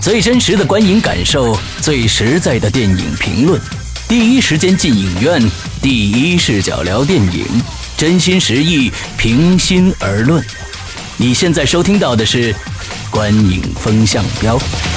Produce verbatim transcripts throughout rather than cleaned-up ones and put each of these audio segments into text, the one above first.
最真实的观影感受，最实在的电影评论，第一时间进影院，第一视角聊电影，真心实意，平心而论。你现在收听到的是观影风向标。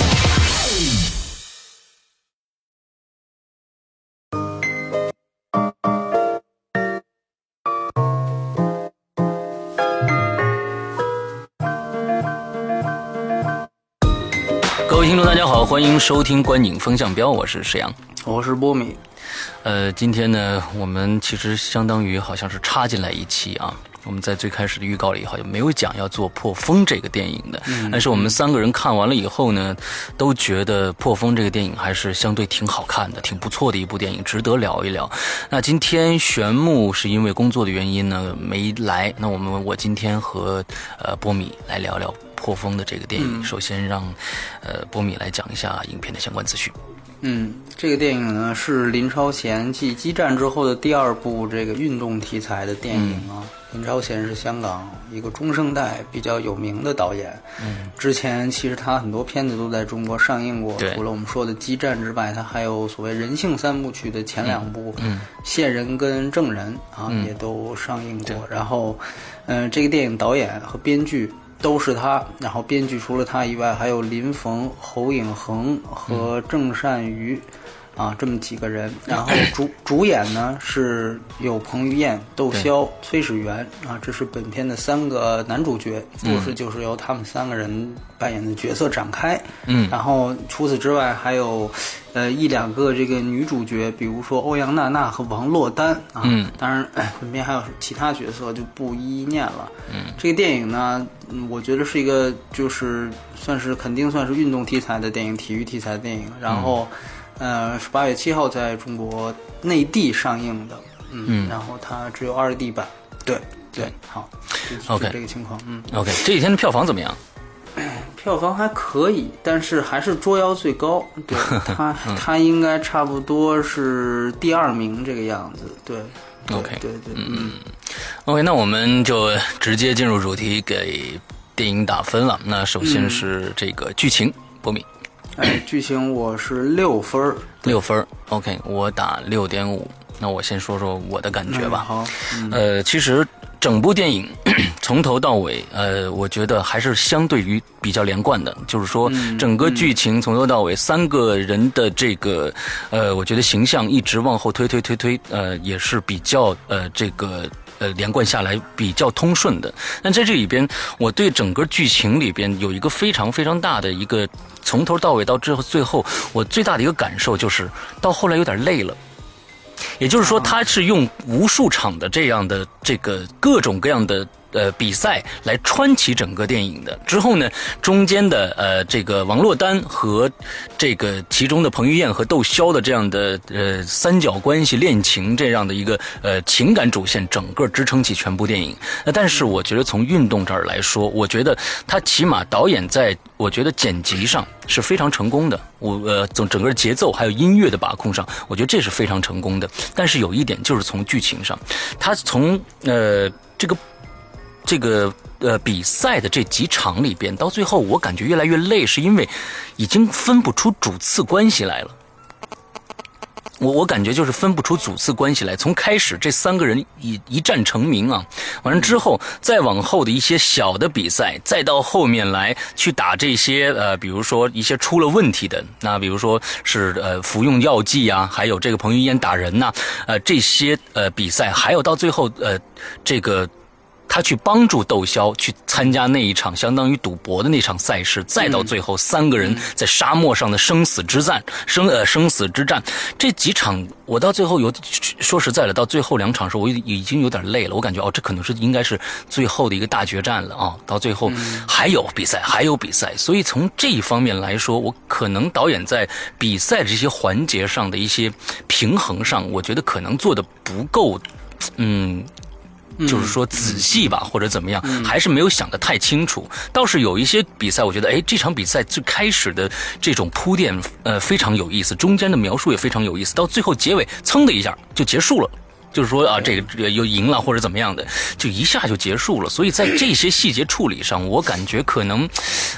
各位听众大家好，欢迎收听观影风向标，我是石阳， 我是波米。 呃，今天呢，我们其实相当于好像是插进来一期啊。我们在最开始的预告里好像没有讲要做破风这个电影的，嗯、但是我们三个人看完了以后呢，都觉得破风这个电影还是相对挺好看的，挺不错的一部电影，值得聊一聊。那今天玄牧是因为工作的原因呢没来，那我们我今天和呃波米来聊聊破风的这个电影。嗯、首先让呃波米来讲一下影片的相关资讯。 嗯，这个电影呢是林超贤继激战之后的第二部这个运动题材的电影啊。嗯、林超贤是香港一个中生代比较有名的导演，嗯，之前其实他很多片子都在中国上映过，除了我们说的激战之外，他还有所谓人性三部曲的前两部，嗯，线人跟证人啊、嗯、也都上映过。然后，嗯、呃，这个电影导演和编剧都是他，然后编剧除了他以外，还有林逢、侯颖恒和郑善瑜，嗯、啊，这么几个人。然后主主演呢是有彭于晏、窦骁、崔始源啊，这是本片的三个男主角，故事就是由他们三个人扮演的角色展开。嗯，然后除此之外还有呃一两个这个女主角，比如说欧阳娜娜和王珞丹啊。嗯，当然，哎，本片还有其他角色就不一一念了。嗯，这个电影呢，嗯，我觉得是一个就是算是肯定算是运动题材的电影，体育题材的电影。然后，嗯、呃，是八月七号在中国内地上映的。嗯，嗯然后它只有二 D 版。对对，好 ，OK， 这个情况。嗯 ，OK， 这几天的票房怎么样？ 票房还可以，但是还是捉妖最高。对他，他应该差不多是第二名这个样子。对 ，OK， 对对，嗯 ，OK， 那我们就直接进入主题，给电影打分了。那首先是这个剧情，波米。 哎，剧情我是六分， 六分 ，OK， 我打六点五。那我先说说我的感觉吧。 嗯、好，嗯、 呃，其实整部电影从头到尾，呃，我觉得还是相对于比较连贯的，就是说整个剧情从头到尾，三个人的这个，呃，我觉得形象一直往后推推推推，呃，也是比较呃这个。呃，连贯下来比较通顺的。但在这里边，我对整个剧情里边有一个非常非常大的一个，从头到尾到之后最后，我最大的一个感受就是到后来有点累了。也就是说，他是用无数场的这样的这个各种各样的呃比赛来穿起整个电影的。之后呢，中间的呃这个王珞丹和这个其中的彭于晏和窦骁的这样的呃三角关系恋情这样的一个呃情感主线，整个支撑起全部电影。那但是我觉得从运动这儿来说，我觉得他起码导演在我觉得剪辑上是非常成功的。我呃整整个节奏还有音乐的把控上，我觉得这是非常成功的。但是有一点就是从剧情上，他从呃这个这个呃比赛的这几场里边，到最后我感觉越来越累，是因为已经分不出主次关系来了。我我感觉就是分不出主次关系来，从开始这三个人一一战成名啊，完了之后再往后的一些小的比赛，再到后面来去打这些呃，比如说一些出了问题的，那比如说是呃服用药剂啊，还有这个彭于晏打人呐、啊，呃这些呃比赛，还有到最后呃这个。他去帮助窦骁去参加那一场相当于赌博的那场赛事，再到最后三个人在沙漠上的生死之战，生呃生死之战，这几场我到最后有说实在的，到最后两场时候我已经有点累了，我感觉哦，这可能是应该是最后的一个大决战了啊、哦！到最后还有比赛，还有比赛，所以从这一方面来说，我可能导演在比赛这些环节上的一些平衡上，我觉得可能做的不够，嗯。就是说仔细吧，或者怎么样，还是没有想得太清楚。倒是有一些比赛，我觉得，哎，这场比赛最开始的这种铺垫，呃，非常有意思，中间的描述也非常有意思，到最后结尾，噌的一下就结束了。就是说啊，这个又赢了或者怎么样的，就一下就结束了。所以在这些细节处理上，我感觉可能，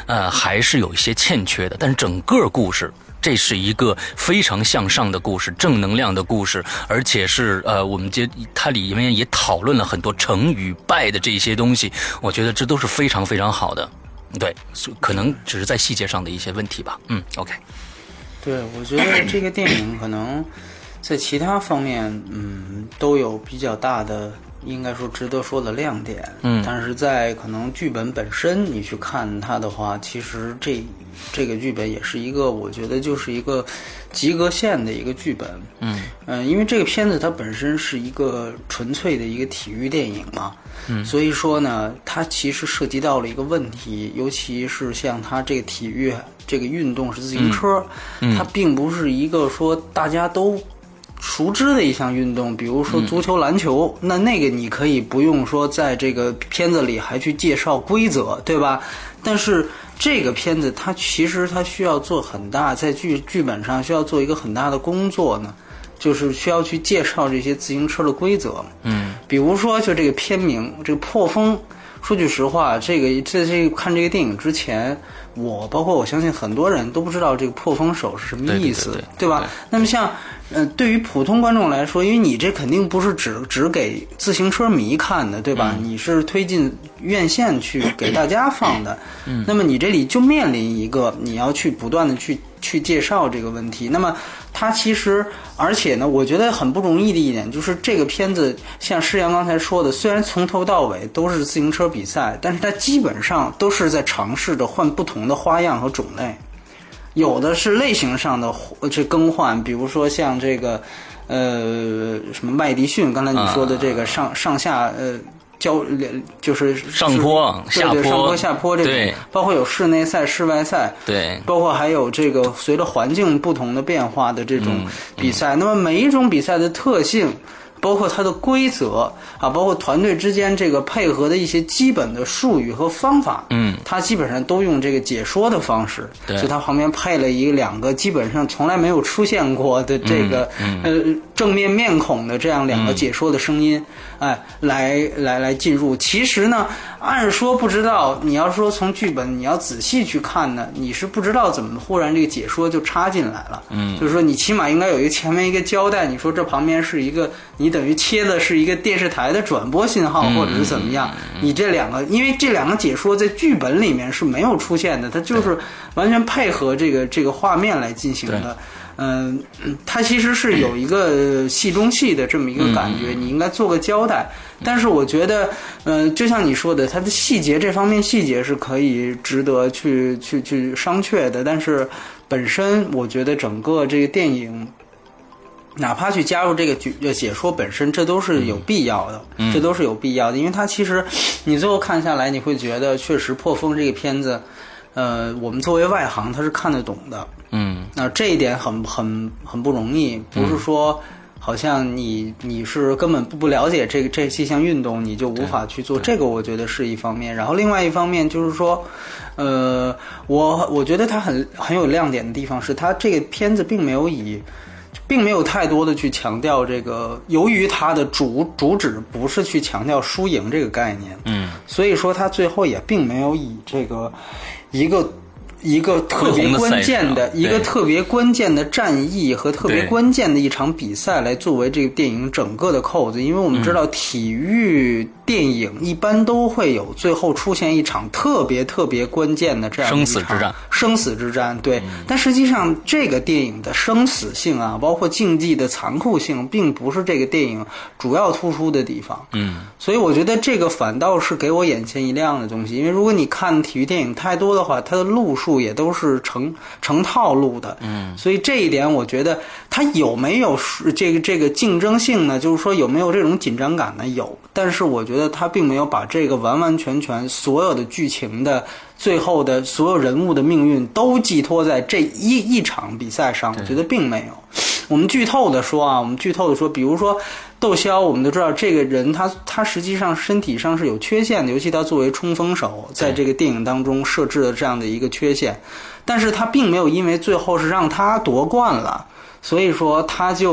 呃，还是有一些欠缺的。但是整个故事，这是一个非常向上的故事，正能量的故事，而且是呃，我们接它里面也讨论了很多成与败的这些东西，我觉得这都是非常非常好的。对，可能只是在细节上的一些问题吧。嗯 ，OK。 对，我觉得这个电影可能在其他方面，嗯，都有比较大的，应该说值得说的亮点。嗯，但是在可能剧本本身，你去看它的话，其实这这个剧本也是一个，我觉得就是一个及格线的一个剧本。嗯嗯、呃，因为这个片子它本身是一个纯粹的一个体育电影嘛。嗯，所以说呢，它其实涉及到了一个问题，尤其是像它这个体育这个运动是自行车，嗯、它并不是一个说大家都熟知的一项运动，比如说足球、篮球，嗯、那那个你可以不用说在这个片子里还去介绍规则，对吧？但是这个片子它其实它需要做很大，在剧剧本上需要做一个很大的工作呢。就是需要去介绍这些自行车的规则，嗯，比如说就这个片名这个破风，说句实话，这个在这个看这个电影之前，我包括我相信很多人都不知道这个破风手是什么意思， 对, 对, 对, 对, 对吧？对那么像呃，对于普通观众来说，因为你这肯定不是只只给自行车迷看的，对吧？嗯、你是推进院线去给大家放的，嗯，那么你这里就面临一个你要去不断的去去介绍这个问题，那么它其实，而且呢，我觉得很不容易的一点就是这个片子，像施洋刚才说的，虽然从头到尾都是自行车比赛，但是它基本上都是在尝试着换不同的花样和种类。有的是类型上的这更换，比如说像这个呃什么麦迪逊，刚才你说的这个上、啊、上下呃交就是上坡下坡， 对对，上坡下坡这种，包括有室内赛、室外赛， 对， 包括还有这个随着环境不同的变化的这种比赛。嗯嗯、那么每一种比赛的特性，包括它的规则啊，包括团队之间这个配合的一些基本的术语和方法，嗯，它基本上都用这个解说的方式，对，就它旁边配了一两个基本上从来没有出现过的这个、嗯嗯、呃正面面孔的这样两个解说的声音，嗯、哎，来来来进入。其实呢，按说不知道，你要说从剧本你要仔细去看呢，你是不知道怎么忽然这个解说就插进来了，嗯，就是说你起码应该有一个前面一个交代，你说这旁边是一个你。你等于切的是一个电视台的转播信号，或者是怎么样？嗯、你这两个，因为这两个解说在剧本里面是没有出现的，它就是完全配合这个这个画面来进行的。嗯、呃，它其实是有一个戏中戏的这么一个感觉，嗯、你应该做个交代。但是我觉得，呃，就像你说的，它的细节这方面细节是可以值得去去去商榷的。但是本身，我觉得整个这个电影。哪怕去加入这个解说本身，这都是有必要的，嗯、这都是有必要的，因为它其实你最后看下来，你会觉得确实破风这个片子，呃，我们作为外行他是看得懂的，嗯，那这一点很很很不容易，不是说好像你你是根本不不了解这个这这项运动，你就无法去做，这个我觉得是一方面，然后另外一方面就是说，呃，我我觉得它很很有亮点的地方是，它这个片子并没有以。并没有太多的去强调这个，由于它的主主旨不是去强调输赢这个概念，嗯，所以说它最后也并没有以这个一个一个特别关键的一个特别关键的战役和特别关键的一场比赛来作为这个电影整个的扣子，因为我们知道体育电影一般都会有最后出现一场特别特别关键的这样一场生死之战， 生死之战，对。嗯、但实际上，这个电影的生死性啊，包括竞技的残酷性，并不是这个电影主要突出的地方。嗯，所以我觉得这个反倒是给我眼前一亮的东西，因为如果你看体育电影太多的话，它的路数也都是成成套路的。嗯，所以这一点我觉得它有没有这个这个竞争性呢？就是说有没有这种紧张感呢？有，但是我觉得。他并没有把这个完完全全所有的剧情的最后的所有人物的命运都寄托在这一一场比赛上，我觉得并没有。我们剧透的说啊，我们剧透的说，比如说窦骁，我们都知道这个人他他实际上身体上是有缺陷的，尤其他作为冲锋手，在这个电影当中设置了这样的一个缺陷，但是他并没有因为最后是让他夺冠了，所以说他就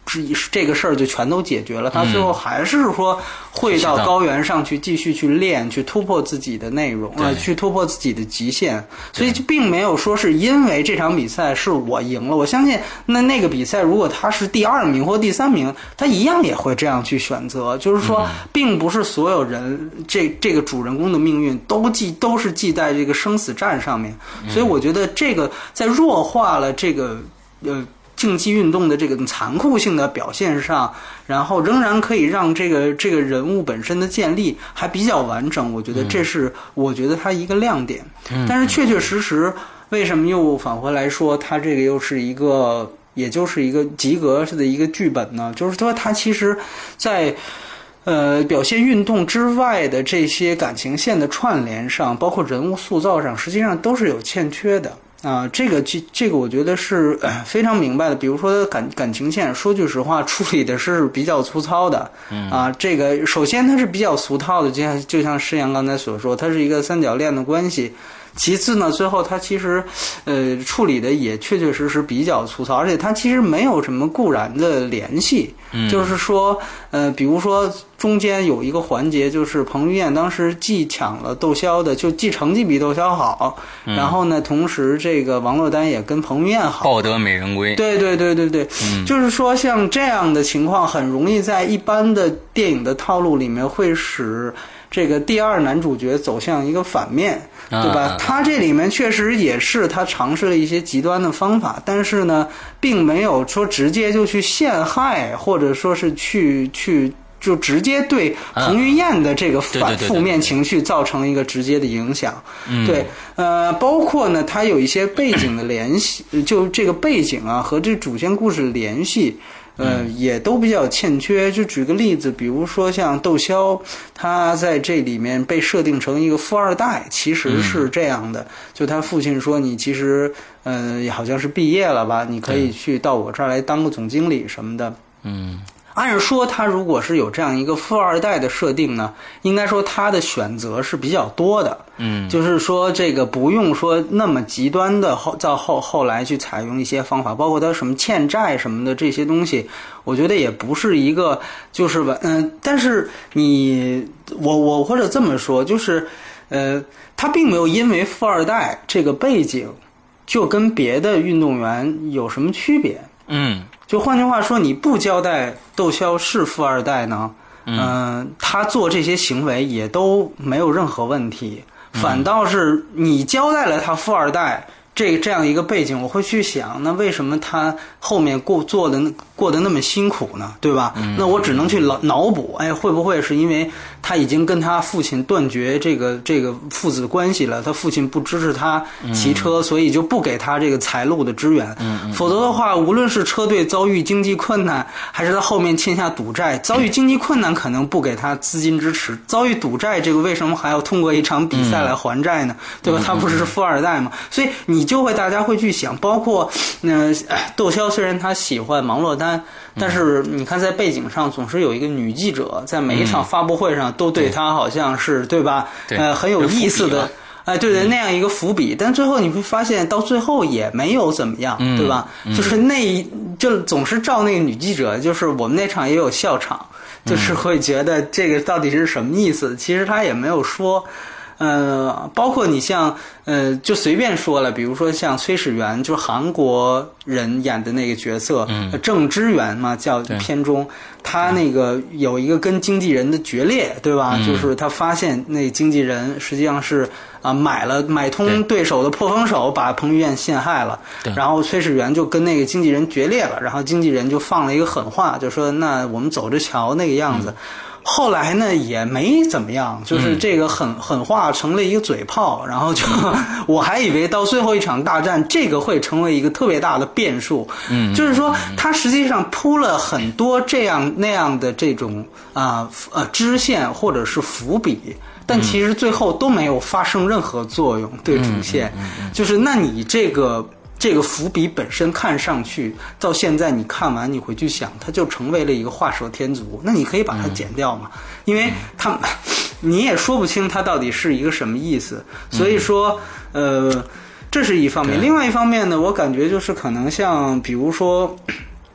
这个事儿就全都解决了，他最后还是说会到高原上去继续去练，去突破自己的内容，呃，去突破自己的极限。所以就并没有说是因为这场比赛是我赢了，我相信那那个比赛如果他是第二名或第三名，他一样也会这样去选择。就是说，并不是所有人这这个主人公的命运都记都是记在这个生死战上面。所以我觉得这个在弱化了这个呃。竞技运动的这个残酷性的表现上，然后仍然可以让这个这个人物本身的建立还比较完整，我觉得这是我觉得它一个亮点。但是确确实实，为什么又返回来说它这个又是一个，也就是一个及格式的一个剧本呢？就是说它其实在呃表现运动之外的这些感情线的串联上，包括人物塑造上，实际上都是有欠缺的。啊，这个这这个我觉得是呃非常明白的。比如说感感情线，说句实话，处理的是比较粗糙的。嗯啊，这个首先它是比较俗套的，就像就像施洋刚才所说，它是一个三角恋的关系。其次呢，最后它其实，呃，处理的也确确实实比较粗糙，而且它其实没有什么固然的联系。嗯，就是说，呃，比如说中间有一个环节，就是彭于晏当时既抢了窦骁的，就既成绩比窦骁好，嗯、然后呢，同时这个王珞丹也跟彭于晏好， 抱得美人归。 对对对对对， 嗯、 就是说像这样的情况，很容易在一般的电影的套路里面会使这个第二男主角走向一个反面，对吧？啊、他这里面确实也是他尝试了一些极端的方法，但是呢，并没有说直接就去陷害，或者说是去去就直接对彭于晏的这个反负面情绪造成一个直接的影响。 嗯， 对，呃，包括呢，他有一些背景的联系，就这个背景啊和这主线故事的联系。呃，也都比较欠缺。就举个例子，比如说像窦骁，他在这里面被设定成一个富二代，其实是这样的。就他父亲说，你其实呃好像是毕业了吧，你可以去到我这儿来当个总经理什么的。 嗯。 按说他如果是有这样一个富二代的设定呢，应该说他的选择是比较多的。 嗯， 就是说这个不用说那么极端的后到后后来去采用一些方法，包括他什么欠债什么的这些东西，我觉得也不是一个就是完嗯、呃，但是你我我或者这么说，就是呃，他并没有因为富二代这个背景就跟别的运动员有什么区别。 嗯。 就换句话说，你不交代窦骁是富二代呢，嗯、呃，他做这些行为也都没有任何问题，反倒是你交代了他富二代这这样一个背景，我会去想，那为什么他后面过做的过得那么辛苦呢？对吧？嗯、那我只能去脑补，哎，会不会是因为他已经跟他父亲断绝这个这个父子关系了？他父亲不支持他骑车，嗯、所以就不给他这个财路的支援。 嗯嗯、 否则的话，无论是车队遭遇经济困难，还是他后面欠下赌债，遭遇经济困难可能不给他资金支持，遭遇赌债这个为什么还要通过一场比赛来还债呢？嗯、对吧？他不是富二代吗？所以你就会大家会去想，包括呃窦骁虽然他喜欢王珞丹，但是你看在背景上总是有一个女记者，在每一场发布会上都对他好像是 对, 对吧？ 对呃，很有意思的。哎，对对，那样一个伏笔，但最后你会发现，到最后也没有怎么样， 嗯、 对吧？嗯、就是那就总是照那个女记者，就是我们那场也有笑场，就是会觉得这个到底是什么意思？其实他也没有说。呃，包括你像呃，就随便说了，比如说像崔始源，就是韩国人演的那个角色， 嗯， 郑知源嘛，叫片中，他那个有一个跟经纪人的决裂，对吧？ 嗯、 就是他发现那经纪人实际上是啊、呃、买了买通对手的破风手，把彭于晏陷害了，然后崔始源就跟那个经纪人决裂了，然后经纪人就放了一个狠话，就说那我们走着瞧那个样子。嗯，后来呢也没怎么样，就是这个狠狠话成了一个嘴炮，然后就我还以为到最后一场大战这个会成为一个特别大的变数。 嗯， 就是说他实际上铺了很多这样那样的这种啊 呃, 呃支线或者是伏笔，但其实最后都没有发生任何作用，对主线。就是那你这个这个伏笔本身看上去到现在你看完你回去想，它就成为了一个画蛇添足，那你可以把它剪掉嘛，因为它你也说不清它到底是一个什么意思。所以说呃这是一方面，另外一方面呢，我感觉就是可能像比如说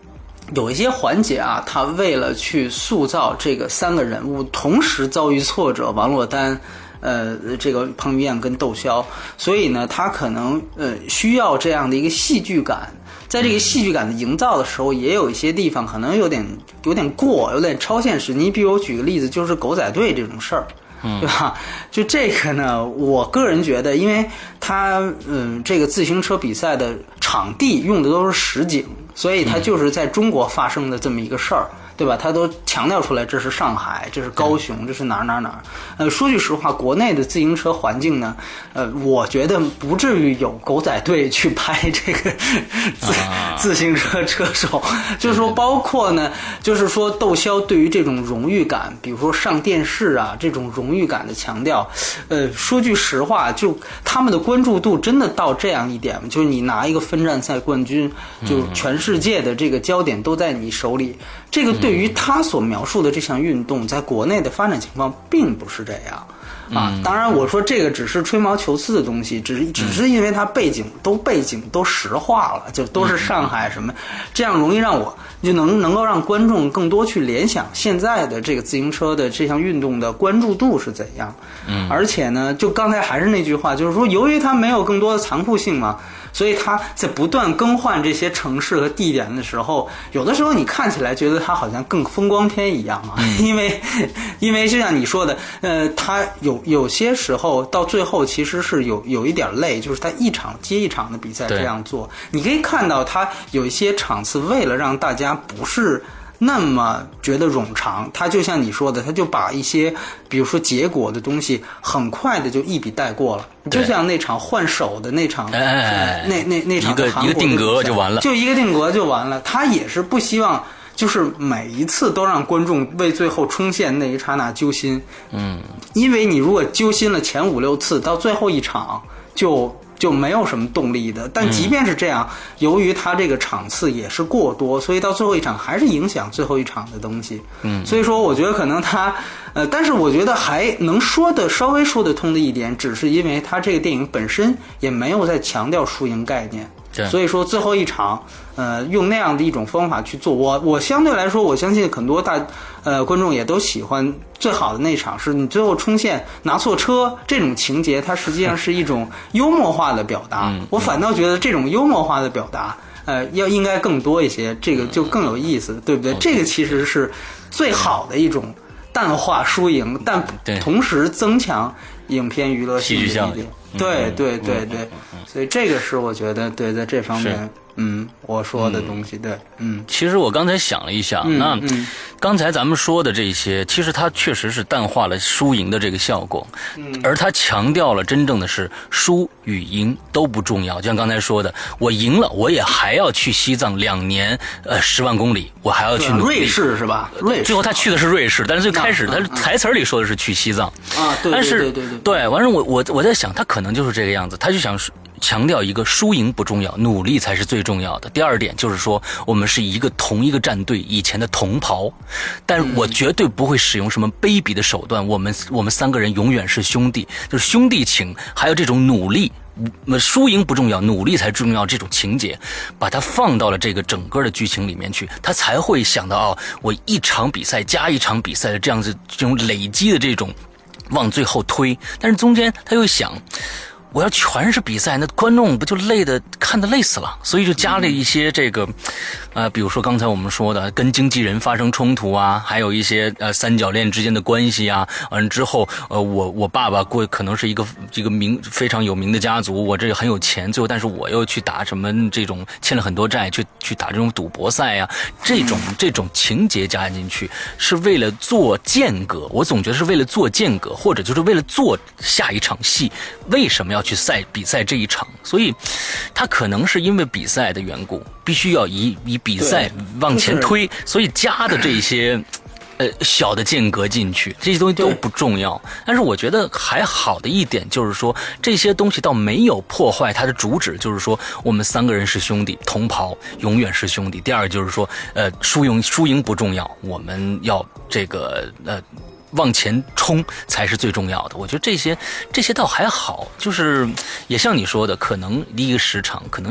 有一些环节啊，他为了去塑造这个三个人物同时遭遇挫折，王珞丹。呃，这个彭于晏跟窦骁，所以呢，他可能呃需要这样的一个戏剧感，在这个戏剧感的营造的时候，也有一些地方可能有点有点过，有点超现实。你比如我举个例子，就是狗仔队这种事儿。对吧？就这个呢，我个人觉得，因为他嗯，这个自行车比赛的场地用的都是实景，所以它就是在中国发生的这么一个事儿。对吧？他都强调出来，这是上海，这是高雄，这是哪儿哪儿哪儿。呃，说句实话，国内的自行车环境呢，呃，我觉得不至于有狗仔队去拍这个自、啊、自行车车手。就是说，包括呢，就是说窦骁对于这种荣誉感，比如说上电视啊，这种荣誉感的强调，呃，说句实话，就他们的关注度真的到这样一点吗？就是你拿一个分站赛冠军，就全世界的这个焦点都在你手里，这个对。对于他所描述的这项运动，在国内的发展情况并不是这样啊。当然，我说这个只是吹毛求疵的东西，只是只是因为它背景都背景都实化了，就都是上海什么，这样容易让我就能能够让观众更多去联想现在的这个自行车的这项运动的关注度是怎样。嗯，而且呢，就刚才还是那句话，就是说，由于它没有更多的残酷性嘛。所以他在不断更换这些城市和地点的时候，有的时候你看起来觉得它好像更风光片一样啊，因为因为就像你说的，呃，它有有些时候到最后其实是有有一点累，就是它一场接一场的比赛这样做，你可以看到它有一些场次为了让大家不是那么觉得冗长，他就像你说的，他就把一些比如说结果的东西很快的就一笔带过了，就像那场换手的那场， 哎， 那那那场一个一个定格就完了， 就一个定格就完了。他也是不希望就是每一次都让观众为最后冲线那一刹那揪心，嗯，因为你如果揪心了前五六次，到最后一场就。就没有什么动力的，但即便是这样，嗯、由于他这个场次也是过多，所以到最后一场还是影响最后一场的东西。嗯，所以说我觉得可能他，呃，但是我觉得还能说的稍微说得通的一点，只是因为他这个电影本身也没有在强调输赢概念，所以说最后一场，呃，用那样的一种方法去做，我我相对来说，我相信很多大呃观众也都喜欢。最好的那场是你最后冲线拿错车这种情节，它实际上是一种幽默化的表达。嗯、我反倒觉得这种幽默化的表达，呃，要应该更多一些，这个就更有意思，对不对？嗯、这个其实是最好的一种淡化输赢，但同时增强影片娱乐性的一点。对对对对，所以这个是我觉得对在这方面。嗯，我说的东西、嗯、对，嗯， 其实我刚才想了一下， 嗯、 那、 嗯、 刚才咱们说的这些，其实它确实是淡化了输赢的这个效果，嗯，而它强调了真正的是输与赢都不重要，就像刚才说的，我赢了，我也还要去西藏两年，呃，十万公里，我还要去努力。 瑞士是吧？瑞士。 最后他去的是瑞士，但是最开始他台词里说的是去西藏啊，对但是对对对对， 对，完了我我我在想，他可能就是这个样子，他就想强调一个输赢不重要，努力才是最重要的。第二点就是说，我们是一个同一个战队以前的同袍，但我绝对不会使用什么卑鄙的手段。我们我们三个人永远是兄弟，就是兄弟情，还有这种努力。输赢不重要，努力才重要。这种情节，把它放到了这个整个的剧情里面去，他才会想到哦，我一场比赛加一场比赛的这样子，这种累积的这种往最后推。但是中间他又想，我要全是比赛，那观众不就累的看得累死了？所以就加了一些这个，呃，比如说刚才我们说的跟经纪人发生冲突啊，还有一些呃三角恋之间的关系啊。完了之后，呃，我我爸爸过可能是一个这个名非常有名的家族，我这个很有钱，最后但是我又去打什么这种欠了很多债，去去打这种赌博赛啊，这种这种情节加进去是为了做间隔，我总觉得是为了做间隔，或者就是为了做下一场戏。为什么要去赛比赛这一场？所以他可能是因为比赛的缘故，必须要以以比赛往前推，所以加的这些呃小的间隔进去，这些东西都不重要。但是我觉得还好的一点就是说，这些东西倒没有破坏它的主旨，就是说我们三个人是兄弟，同袍永远是兄弟。第二就是说，呃，输赢输赢不重要，我们要这个呃。往前冲才是最重要的。我觉得这些这些倒还好，就是也像你说的，可能一个时长可能就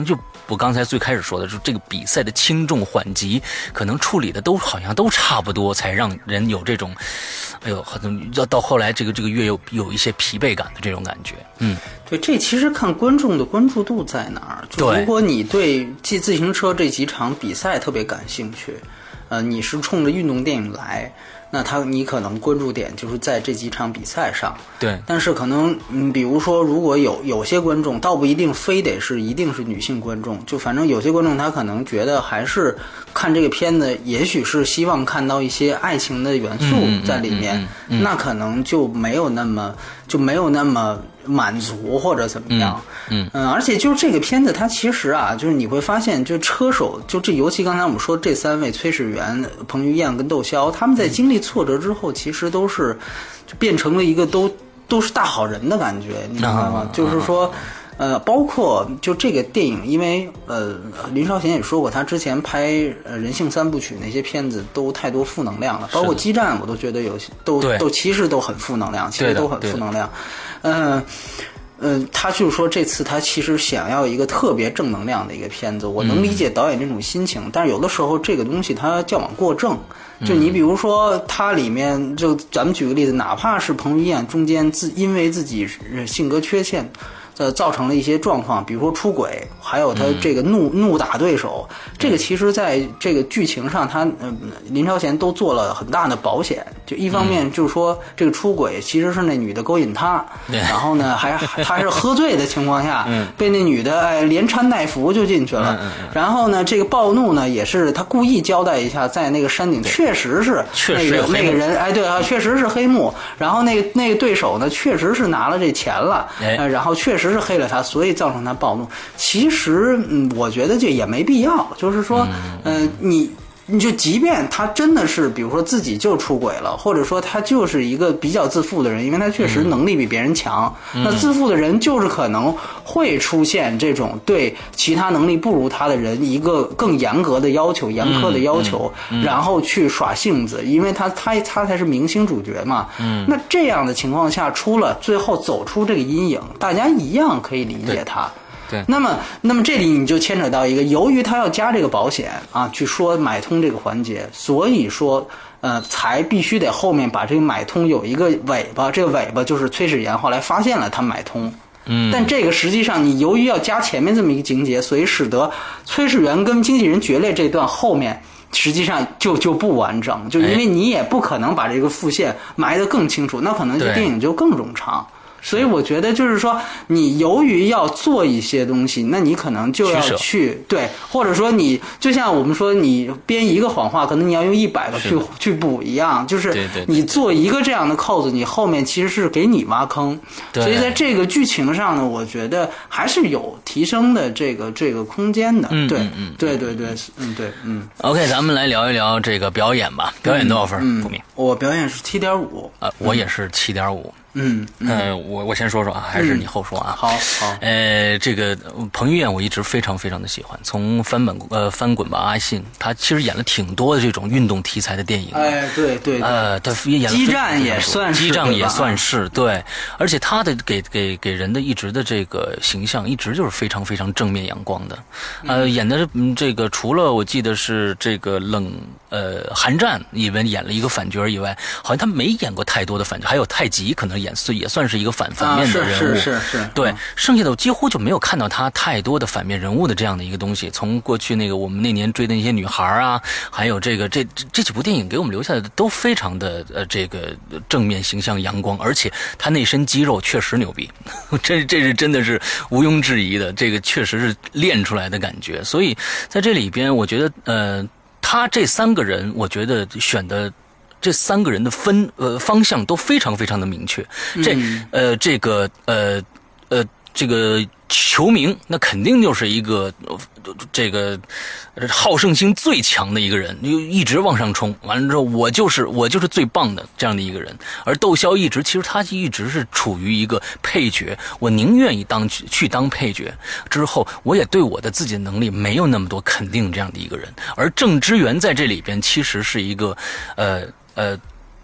我刚才最开始说的，就是这个比赛的轻重缓急，可能处理的都好像都差不多，才让人有这种，哎呦，好像要到后来这个这个月有有一些疲惫感的这种感觉。嗯， 对，这其实看观众的关注度在哪儿。就如果你对骑自行车这几场比赛特别感兴趣，呃，你是冲着运动电影来。那他你可能关注点就是在这几场比赛上， 对。 但是可能嗯，比如说如果有有些观众，倒不一定非得是一定是女性观众，就反正有些观众他可能觉得还是看这个片子，也许是希望看到一些爱情的元素在里面，嗯嗯嗯嗯、那可能就没有那么就没有那么满足或者怎么样。 嗯 嗯, 嗯，而且就是这个片子它其实啊，就是你会发现，就车手就这，尤其刚才我们说这三位崔始源、彭于晏跟窦骁，他们在经历挫折之后，其实都是就变成了一个都都是大好人的感觉，你明白吗？啊、就是说。呃，包括就这个电影，因为呃，林超贤也说过，他之前拍呃人性三部曲那些片子都太多负能量了，包括激战，我都觉得有些都都其实都很负能量，其实都很负能量。嗯。嗯、呃，他就是说这次他其实想要一个特别正能量的一个片子，我能理解导演这种心情，嗯、但是有的时候这个东西它矫枉过正。就你比如说，它里面就咱们举个例子，哪怕是彭于晏中间自因为自己性格缺陷。呃，造成了一些状况，比如说出轨，还有他这个怒、嗯、怒打对手，这个其实在这个剧情上他，他呃林超贤都做了很大的保险。就一方面就是说，嗯、这个出轨其实是那女的勾引他，然后呢，还他是喝醉的情况下，嗯、被那女的哎连搀带扶就进去了。嗯嗯、然后呢，这个暴怒呢，也是他故意交代一下，在那个山顶确实是那个那个人，哎，对啊，确实是黑幕。然后那个那个对手呢，确实是拿了这钱了，哎、呃，然后确实。是黑了他，所以造成他暴怒。其实，嗯，我觉得这也没必要。就是说，嗯、呃，你你就即便他真的是，比如说自己就出轨了，或者说他就是一个比较自负的人，因为他确实能力比别人强。嗯、那自负的人就是可能会出现这种对其他能力不如他的人一个更严格的要求、严苛的要求，嗯嗯嗯、然后去耍性子，因为他他他才是明星主角嘛。嗯，那这样的情况下，出了最后走出这个阴影，大家一样可以理解他。 对， 那么，那么这里你就牵扯到一个，由于他要加这个保险啊，去说买通这个环节，所以说，呃，才必须得后面把这个买通有一个尾巴，这个尾巴就是崔始源后来发现了他买通。嗯，但这个实际上你由于要加前面这么一个情节，所以使得崔始源跟经纪人决裂这段后面实际上就就不完整，就因为你也不可能把这个副线埋得更清楚，那可能这电影就更冗长。所以我觉得就是说，你由于要做一些东西，那你可能就要去对，或者说你就像我们说，你编一个谎话，可能你要用一百个去去补一样，就是你做一个这样的扣子，你后面其实是给你挖坑。所以在这个剧情上呢，我觉得还是有提升的这个这个空间的。 嗯， 对， 嗯， 对对对，嗯对，嗯。 OK， 咱们来聊一聊这个表演吧。表演多少分？ 嗯， 不明。 我表演是七点五。 呃，我也是七点五。 嗯， 呃，我我先说说啊，还是你后说啊？ 嗯、好，好。 呃，这个彭于晏我一直非常非常的喜欢，从翻本呃翻滚吧阿信，他其实演了挺多的这种运动题材的电影。 哎，对对。 呃，他也演了。 激战也算是。 激战也算是对，而且他的给给给人的一直的这个形象，一直就是非常非常正面阳光的。呃， 嗯、 演的嗯这个除了我记得是这个冷呃寒战里面演了一个反角以外，好像他没演过太多的反角，还有太极可能演也算是一个反反面的人物， 啊、是是是是， 对，剩下的我几乎就没有看到他太多的反面人物的这样的一个东西。从过去那个我们那年追的那些女孩啊，还有这个这这几部电影给我们留下的都非常的呃这个正面形象阳光，而且他那身肌肉确实牛逼，这这是真的是毋庸置疑的，这个确实是练出来的感觉。所以在这里边，我觉得呃他这三个人，我觉得选的。这三个人的分呃方向都非常非常的明确，这呃这个呃呃这个裘明那肯定就是一个呃这个好胜心最强的一个人，就一直往上冲，完了之后我就是我就是最棒的这样的一个人。而窦骁一直其实他一直是处于一个配角，我宁愿意当去当配角，之后我也对我的自己的能力没有那么多肯定这样的一个人。而郑之元在这里边其实是一个呃呃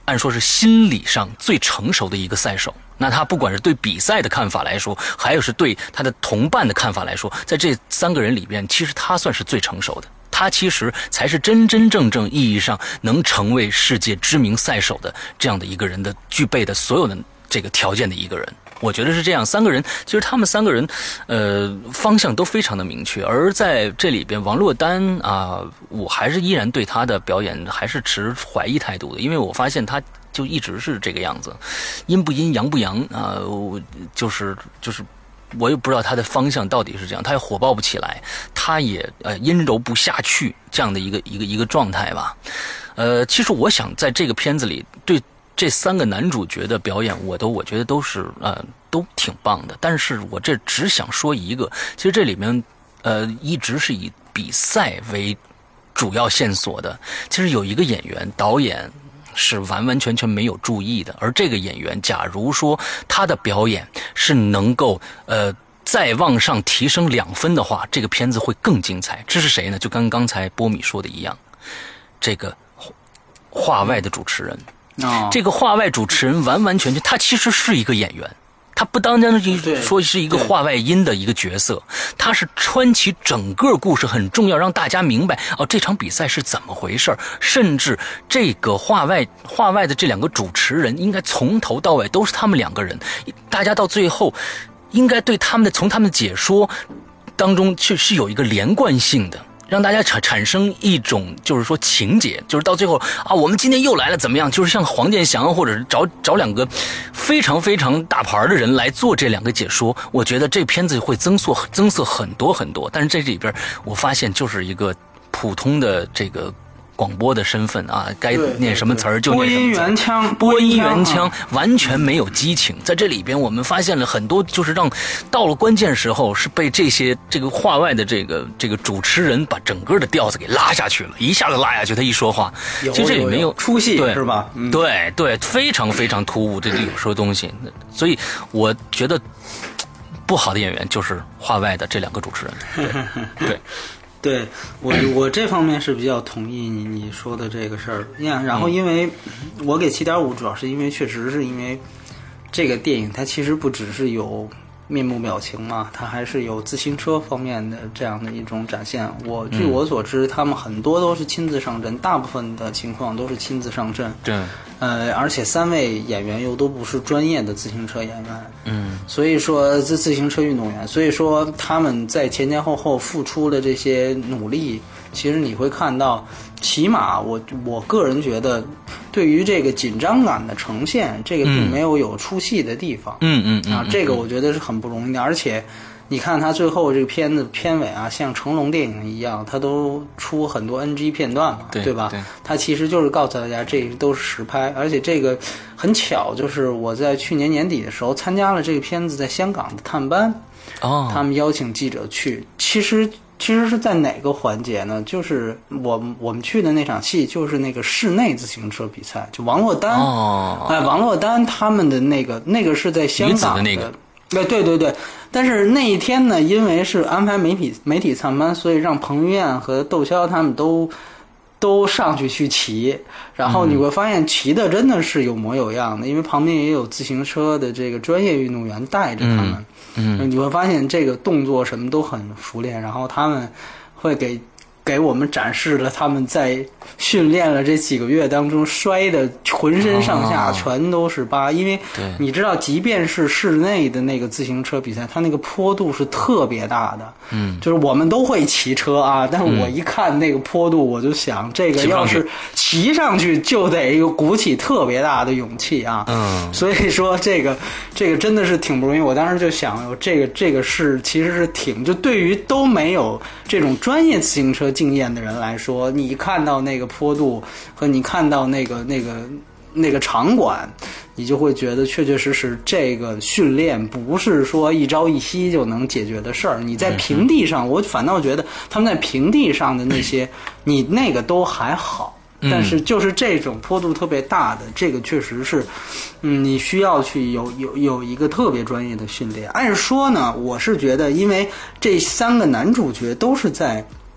按说是心理上最成熟的一个赛手。那他不管是对比赛的看法来说，还有是对他的同伴的看法来说，在这三个人里边，其实他算是最成熟的。他其实才是真真正正意义上能成为世界知名赛手的这样的一个人的具备的所有的这个条件的一个人。我觉得是这样，三个人其实他们三个人，呃，方向都非常的明确。而在这里边，王珞丹啊、呃，我还是依然对她的表演还是持怀疑态度的，因为我发现她就一直是这个样子，阴不阴，阳不阳啊、呃，就是就是。我也不知道他的方向到底是这样，他也火爆不起来，他也呃阴柔不下去，这样的一个一个一个状态吧。呃，其实我想在这个片子里，对这三个男主角的表演，我都我觉得都是呃都挺棒的。但是我这只想说一个，其实这里面呃一直是以比赛为主要线索的。其实有一个演员导演是完完全全没有注意的，而这个演员假如说他的表演是能够呃再往上提升两分的话，这个片子会更精彩。这是谁呢？就跟刚才波米说的一样，这个话外的主持人、哦、这个话外主持人完完全全他其实是一个演员，他不单单是说是一个话外音的一个角色，他是穿起整个故事很重要，让大家明白哦这场比赛是怎么回事，甚至这个话外话外的这两个主持人应该从头到尾都是他们两个人，大家到最后应该对他们的从他们的解说当中是是有一个连贯性的，让大家产产生一种就是说情节，就是到最后啊，我们今天又来了怎么样？就是像黄健翔或者是找找两个非常非常大牌的人来做这两个解说，我觉得这片子会增色增色很多很多。但是在这里边，我发现就是一个普通的这个广播的身份啊，该念什么词儿就念什么词儿，播音原腔， 播音原腔，完全没有激情。在这里边，我们发现了很多，就是让到了关键时候是被这些这个话外的这个这个主持人把整个的调子给拉下去了，一下子拉下去。他一说话，其实这里没有出戏是吧？ 嗯、对对，非常非常突兀，这里有说东西，所以我觉得不好的演员就是话外的这两个主持人。对。对对我我这方面是比较同意你你说的这个事儿，然后因为我给 七点五 主要是因为确实是因为这个电影它其实不只是有面部表情嘛，它还是有自行车方面的这样的一种展现。我据我所知，他们很多都是亲自上阵，大部分的情况都是亲自上阵。 对， 呃，而且三位演员又都不是专业的自行车演员， 嗯， 所以说自自行车运动员，所以说他们在前前后后付出的这些努力，其实你会看到，起码我我个人觉得，对于这个紧张感的呈现，这个并没有有出戏的地方， 嗯嗯嗯啊，这个我觉得是很不容易的，而且。你看他最后这个片子片尾啊，像成龙电影一样，他都出很多 N G 片段嘛， 对, 对吧？对，他其实就是告诉大家这都是实拍，而且这个很巧，就是我在去年年底的时候参加了这个片子在香港的探班， 哦， 他们邀请记者去，其实其实是在哪个环节呢？就是我我们去的那场戏，就是那个室内自行车比赛，就王珞丹， 哦， 哎，王珞丹他们的那个那个是在香港的女子的那个。 对对对对，但是那一天呢，因为是安排媒体媒体参班，所以让彭于晏和窦骁他们都都上去去骑，然后你会发现骑的真的是有模有样的，因为旁边也有自行车的这个专业运动员带着他们， 嗯，嗯你会发现这个动作什么都很熟练，然后他们会给。给我们展示了他们在训练了这几个月当中摔的浑身上下全都是疤，因为你知道即便是室内的那个自行车比赛，它那个坡度是特别大的， 嗯， 就是我们都会骑车啊，但是我一看那个坡度我就想这个要是骑上去就得鼓起特别大的勇气啊， 嗯， 所以说这个这个真的是挺不容易，我当时就想这个这个是其实是挺就对于都没有这种专业自行车经验的人来说，你看到那个坡度和你看到那个那个那个场馆，你就会觉得确确实实这个训练不是说一朝一夕就能解决的事儿。你在平地上，我反倒觉得他们在平地上的那些，你那个都还好。但是就是这种坡度特别大的，这个确实是，嗯，你需要去有有有一个特别专业的训练。按说呢，我是觉得，因为这三个男主角都是在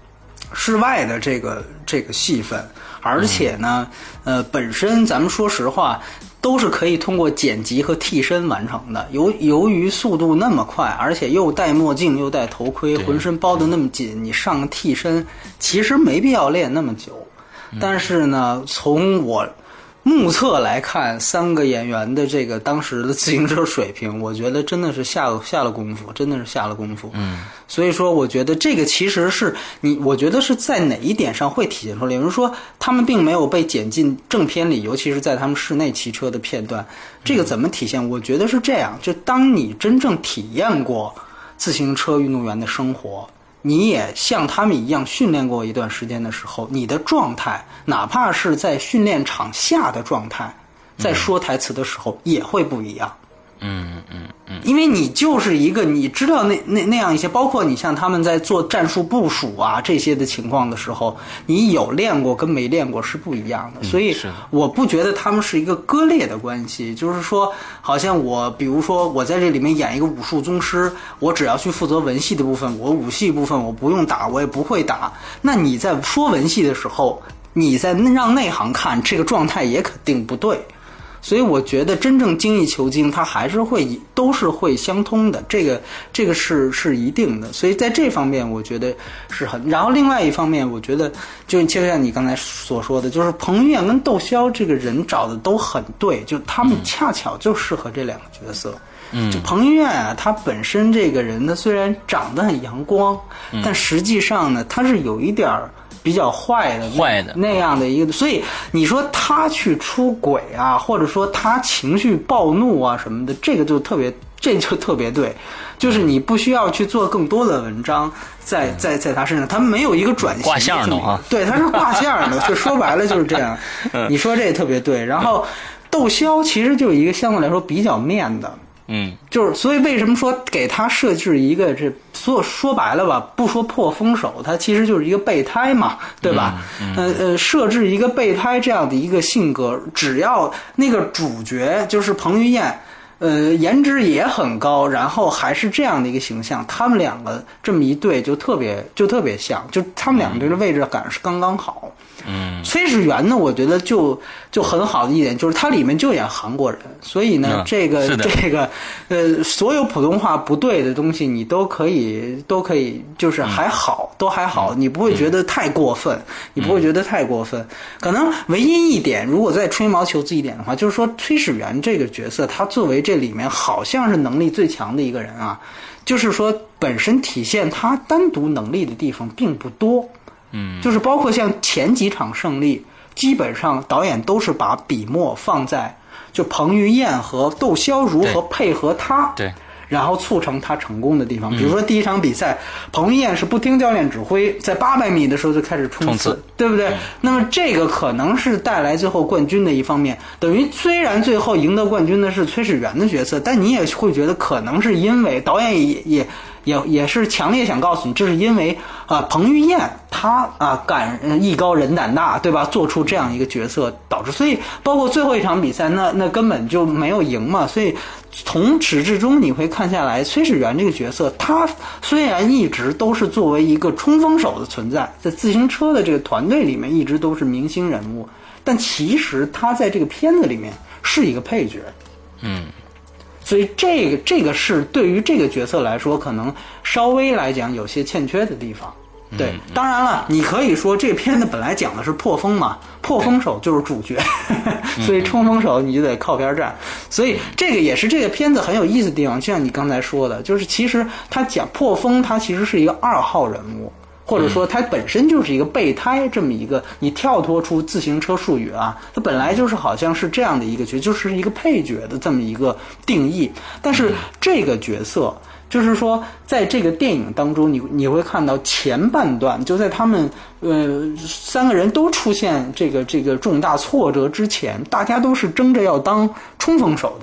室外的这个这个戏份，而且呢，呃，本身咱们说实话。都是可以通过剪辑和替身完成的。由由于速度那么快，而且又戴墨镜又戴头盔，浑身包得那么紧，你上个替身其实没必要练那么久。但是呢，从我目测来看，三个演员的这个当时的自行车水平，我觉得真的是下了下了功夫，真的是下了功夫。嗯，所以说我觉得这个其实是你，我觉得是在哪一点上会体现出来？比如说他们并没有被剪进正片里，尤其是在他们室内骑车的片段，这个怎么体现？我觉得是这样，就当你真正体验过自行车运动员的生活，你也像他们一样训练过一段时间的时候，你的状态哪怕是在训练场下的状态，在说台词的时候也会不一样。嗯嗯嗯，因为你就是一个你知道那那那样一些，包括你像他们在做战术部署啊这些的情况的时候，你有练过跟没练过是不一样的，所以我不觉得他们是一个割裂的关系，就是说好像我比如说我在这里面演一个武术宗师，我只要去负责文戏的部分，我武戏部分我不用打，我也不会打，那你在说文戏的时候，你在让内行看这个状态也肯定不对。所以我觉得真正精益求精，它还是会都是会相通的，这个这个是是一定的。所以在这方面，我觉得是很。然后另外一方面，我觉得就就像你刚才所说的，就是彭于晏跟窦骁这个人找的都很对，就他们恰巧就适合这两个角色。嗯，就彭于晏啊，他本身这个人呢，虽然长得很阳光，嗯、但实际上呢，他是有一点儿。比较坏的坏的那样的一个，所以你说他去出轨啊，或者说他情绪暴怒啊什么的，这个就特别，这就特别对，就是你不需要去做更多的文章在在在他身上，他没有一个转型挂相的啊， 对，他是挂相的，就说白了就是这样。你说这特别对，然后窦骁其实就是一个相对来说比较面的。嗯，就是所以为什么说给他设置一个这所有说白了吧，不说破风手，他其实就是一个备胎嘛，对吧？嗯嗯、呃呃，设置一个备胎这样的一个性格，只要那个主角就是彭于晏，呃，颜值也很高，然后还是这样的一个形象，他们两个这么一对就特别就特别像，就他们两个这个位置感是刚刚好。嗯，崔始源呢，我觉得就就很好的一点就是他里面就演韩国人，所以呢，嗯、这个这个呃，所有普通话不对的东西你都可以都可以，就是还好，嗯、都还好，你不会觉得太过分，嗯、你不会觉得太过分。可能唯一一点，如果再吹毛求疵一点的话，就是说崔始源这个角色，他作为这里面好像是能力最强的一个人啊，就是说本身体现他单独能力的地方并不多。嗯，就是包括像前几场胜利，基本上导演都是把笔墨放在就彭于晏和窦骁如何配合他，对，然后促成他成功的地方。比如说第一场比赛，彭于晏是不听教练指挥，在八百米的时候就开始冲刺，对不对？那么这个可能是带来最后冠军的一方面。等于虽然最后赢得冠军的是崔始源的角色，但你也会觉得可能是因为导演也也。也也是强烈想告诉你，这是因为啊、呃，彭于晏他啊敢艺高人胆大，对吧？做出这样一个角色，导致所以包括最后一场比赛，那那根本就没有赢嘛。所以从始至终你会看下来，崔始源这个角色，他虽然一直都是作为一个冲锋手的存在，在自行车的这个团队里面一直都是明星人物，但其实他在这个片子里面是一个配角。嗯。所以这个这个是对于这个角色来说，可能稍微来讲有些欠缺的地方。对，嗯、当然了，你可以说这片子本来讲的是破风嘛，破风手就是主角，所以冲锋手你就得靠边站。所以这个也是这个片子很有意思的地方，就像你刚才说的，就是其实他讲破风，他其实是一个二号人物。或者说它本身就是一个备胎，这么一个你跳脱出自行车术语啊，它本来就是好像是这样的一个角，就是一个配角的这么一个定义。但是这个角色就是说，在这个电影当中，你你会看到前半段，就在他们呃三个人都出现这个这个重大挫折之前，大家都是争着要当冲锋手的。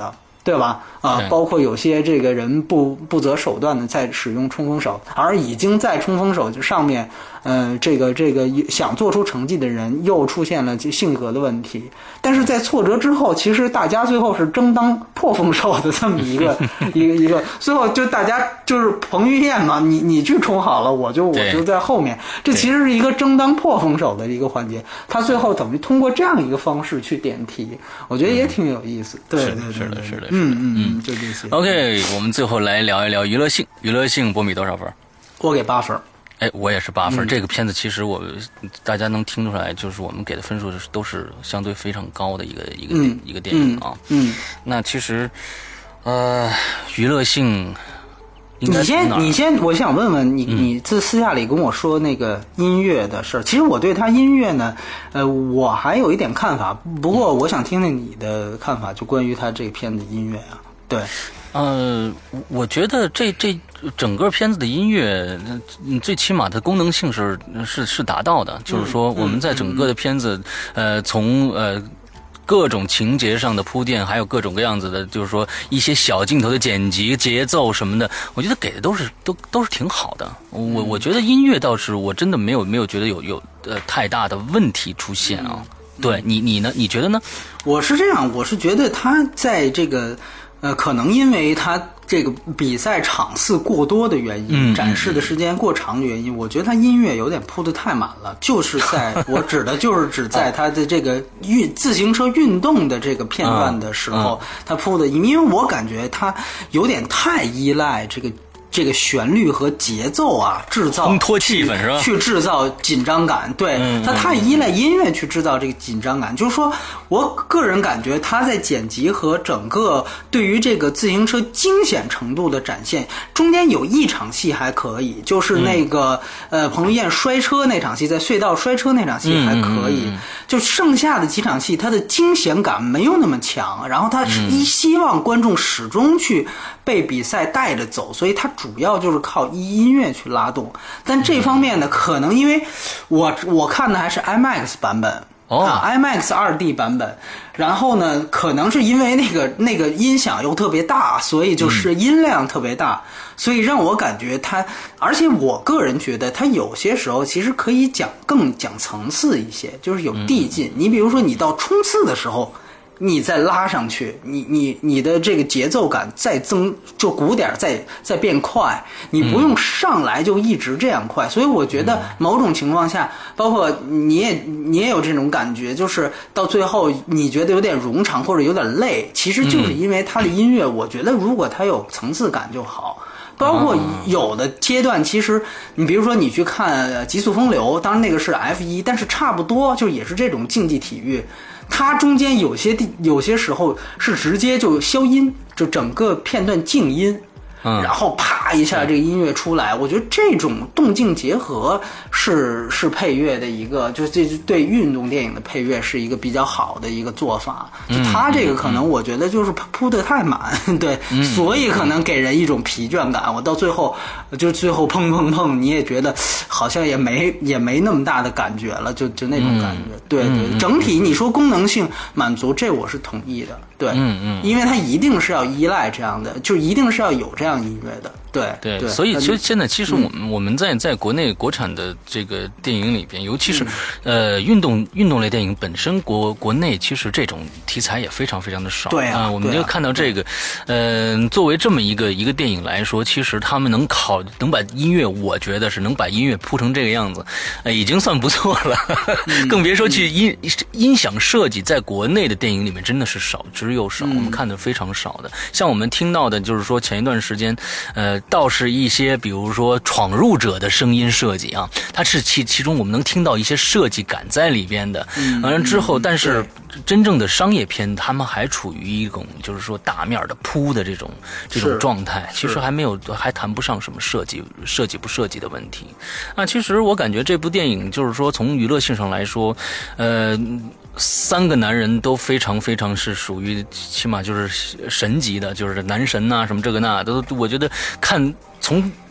对吧？啊，包括有些这个人不不择手段的在使用冲锋手，而已经在冲锋手上面，呃，这个这个想做出成绩的人又出现了性格的问题。但是在挫折之后，其实大家最后是争当破风手的这么一个一个一个，最后就大家就是彭于晏嘛，你你去冲好了，我就我就在后面，这其实是一个争当破风手的一个环节。他最后等于通过这样一个方式去点题，我觉得也挺有意思。对对对， 是的，是的， 嗯嗯嗯。就这些。 OK， 我们最后来聊一聊娱乐性。娱乐性，波米多少分？ 我给八分。 哎，我也是八分、 嗯。 这个片子其实我大家能听出来，就是我们给的分数都是相对非常高的一个一个、 嗯、 一个电影啊。 嗯。嗯那其实，呃，娱乐性。 你先，你先，我想问问你，你自私下里跟我说那个音乐的事儿、嗯。其实我对他音乐呢，呃，我还有一点看法，不过我想听听你的看法，就关于他这个片子音乐啊。对， 呃，我觉得这这整个片子的音乐，最起码的功能性是是是达到的，就是说我们在整个的片子，呃，从呃。各种情节上的铺垫，还有各种各样子的，就是说一些小镜头的剪辑、节奏什么的，我觉得给的都是都都是挺好的。我我觉得音乐倒是我真的没有没有觉得有有呃太大的问题出现啊。对你你呢？你觉得呢？ 我是这样，我是觉得他在这个呃，可能因为他这个比赛场次过多的原因， 嗯、 展示的时间过长的原因，我觉得他音乐有点铺得太满了。就是在我指的就是指在他的这个运自行车运动的这个片段的时候，他铺的，因为我感觉他有点太依赖这个。这个旋律和节奏啊，制造烘托气氛是吧？ 去制造紧张感，对， 嗯、 他太依赖音乐去制造这个紧张感。就是说我个人感觉他在剪辑和整个对于这个自行车惊险程度的展现，中间有一场戏还可以，就是那个、嗯、呃彭于晏摔车那场戏，在隧道摔车那场戏还可以， 嗯嗯嗯、 就剩下的几场戏，他的惊险感没有那么强，然后他是一希望观众始终去被比赛带着走，所以他。主要就是靠音乐去拉动，但这方面呢，可能因为我我看的还是 IMAX 版本、 哦、 啊 ，IMAX 二 D 版本，然后呢，可能是因为那个那个音响又特别大，所以就是音量特别大，嗯、所以让我感觉它，而且我个人觉得它有些时候其实可以讲更讲层次一些，就是有递进。嗯、你比如说你到冲刺的时候。你再拉上去，你你你的这个节奏感再增，就鼓点再再变快，你不用上来就一直这样快。嗯、所以我觉得某种情况下，包括你也你也有这种感觉，就是到最后你觉得有点冗长或者有点累，其实就是因为它的音乐，我觉得如果它有层次感就好。包括有的阶段，其实你比如说你去看《极速风流》，当然那个是 F 一，但是差不多就也是这种竞技体育。它中间有些地有些时候是直接就消音，就整个片段静音，嗯，然后啪一下这个音乐出来，我觉得这种动静结合是是配乐的一个，就这对运动电影的配乐是一个比较好的一个做法。就它这个可能我觉得就是铺得太满，对，嗯、所以可能给人一种疲倦感。我到最后就最后砰砰砰，你也觉得好像也没也没那么大的感觉了，就就那种感觉。嗯、对对，整体你说功能性满足，这我是同意的。对， 嗯嗯， 因为它一定是要依赖这样的，就一定是要有这样音乐的。对对， 对所以其实现在其实我们、嗯、我们在在国内国产的这个电影里边，尤其是、嗯、呃运动运动类电影本身国国内其实这种题材也非常非常的少。 对啊， 呃、我们就看到这个，嗯、呃，作为这么一个一个电影来说，其实他们能考能把音乐，我觉得是能把音乐铺成这个样子，呃，已经算不错了，嗯、更别说去音、嗯、音响设计，在国内的电影里面真的是少之又少，嗯、我们看的非常少的。像我们听到的，就是说前一段时间，呃。倒是一些比如说闯入者的声音设计啊，它是其其中我们能听到一些设计感在里边的。完了之后，但是真正的商业片，他们还处于一种就是说大面的铺的这种这种状态，其实还没有还谈不上什么设计设计不设计的问题。那其实我感觉这部电影就是说从娱乐性上来说，呃。三个男人都非常非常是属于起码就是神级的，就是男神啊什么这个那都，我觉得看从